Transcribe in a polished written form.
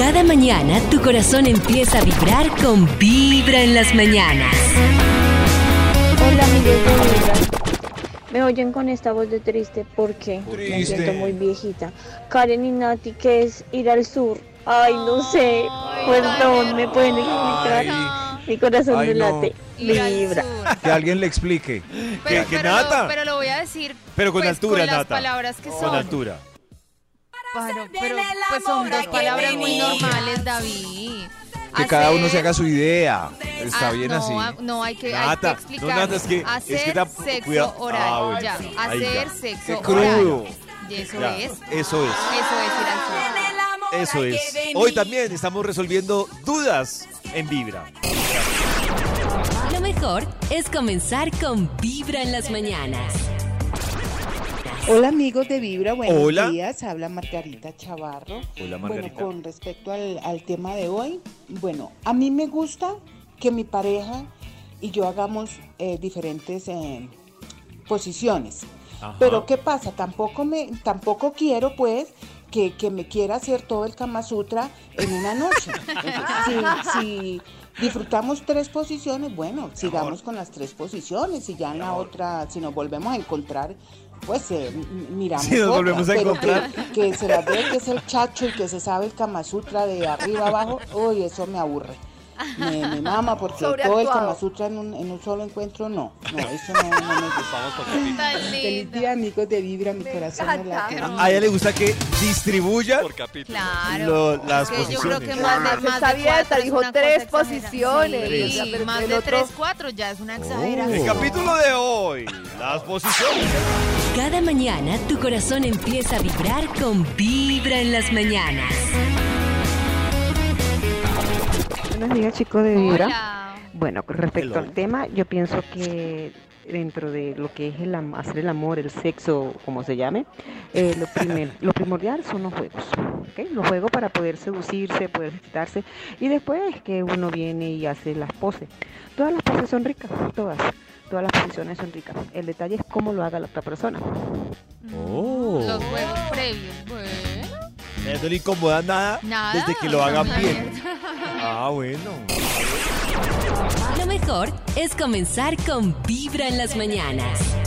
Cada mañana tu corazón empieza a vibrar con Vibra en las mañanas. Hola amigos de Vibra. Me oyen con esta voz de triste porque me siento muy viejita. Karen y Nati, ¿qué es ir al sur? Ay, no sé. Perdón, ¿me pueden explicar? Mi corazón me late. Vibra. Que alguien le explique. Pero Nata. pero lo voy a decir Pero con pues, altura, con las Nata. palabras que son. Con altura. Pero pues son dos palabras muy normales, David. Que cada uno se haga su idea. Está bien no, así. No, hay que Nata, explicar. no, Nata, es que hacer sexo cuidado. oral. Bueno, Ya, sí, ahí hacer ya. sexo Qué oral. crudo. Y eso Ya, es. Eso es. Eso es ir al sur. Eso es. Hoy también estamos resolviendo dudas en Vibra. Lo mejor es comenzar con Vibra en las mañanas. Hola amigos de Vibra, buenos Hola. días, habla Margarita Chavarro. Hola, Margarita. Bueno, con respecto al tema de hoy, bueno, a mí me gusta que mi pareja y yo hagamos diferentes posiciones. Ajá. Pero ¿qué pasa? Tampoco quiero pues que me quiera hacer todo el Kama Sutra en una noche. Si disfrutamos 3 posiciones, bueno, sigamos con las 3 posiciones y ya en la otra, si nos volvemos a encontrar, pues miramos Si nos otra, volvemos a pero encontrar. que se la ve que es el chacho y que se sabe el Kama Sutra de arriba abajo, uy, eso me aburre. Me mama porque todo el Kama Sutra en un solo encuentro, no, eso no me gusta. Tan Feliz lindo. día amigos de Vibra, mi corazón me late. A ella le gusta que distribuya Claro. las Es que yo creo que posiciones. más Está de abierta, 4 es dijo una 3 cosa posiciones. exagerada. Sí, Pero más el de otro- 3, 4 ya es una exageración. El capítulo de hoy, las posiciones. Cada mañana tu corazón empieza a vibrar con Vibra en las mañanas. Buenos días chicos de Vibra. Hola. Bueno, con respecto Hello. al tema, yo pienso que dentro de lo que es hacer el amor, el sexo, como se llame, lo primordial son los juegos, ¿ok? Los juegos para poder seducirse, poder excitarse, y después que uno viene y hace las poses. Todas las poses son ricas, todas las posiciones son ricas. El detalle es cómo lo haga la otra persona. Los juegos previos. Bueno. No le incomoda nada, Nada. desde que lo hagan Una bien. mierda. Ah, bueno. Lo mejor es comenzar con Vibra en las mañanas.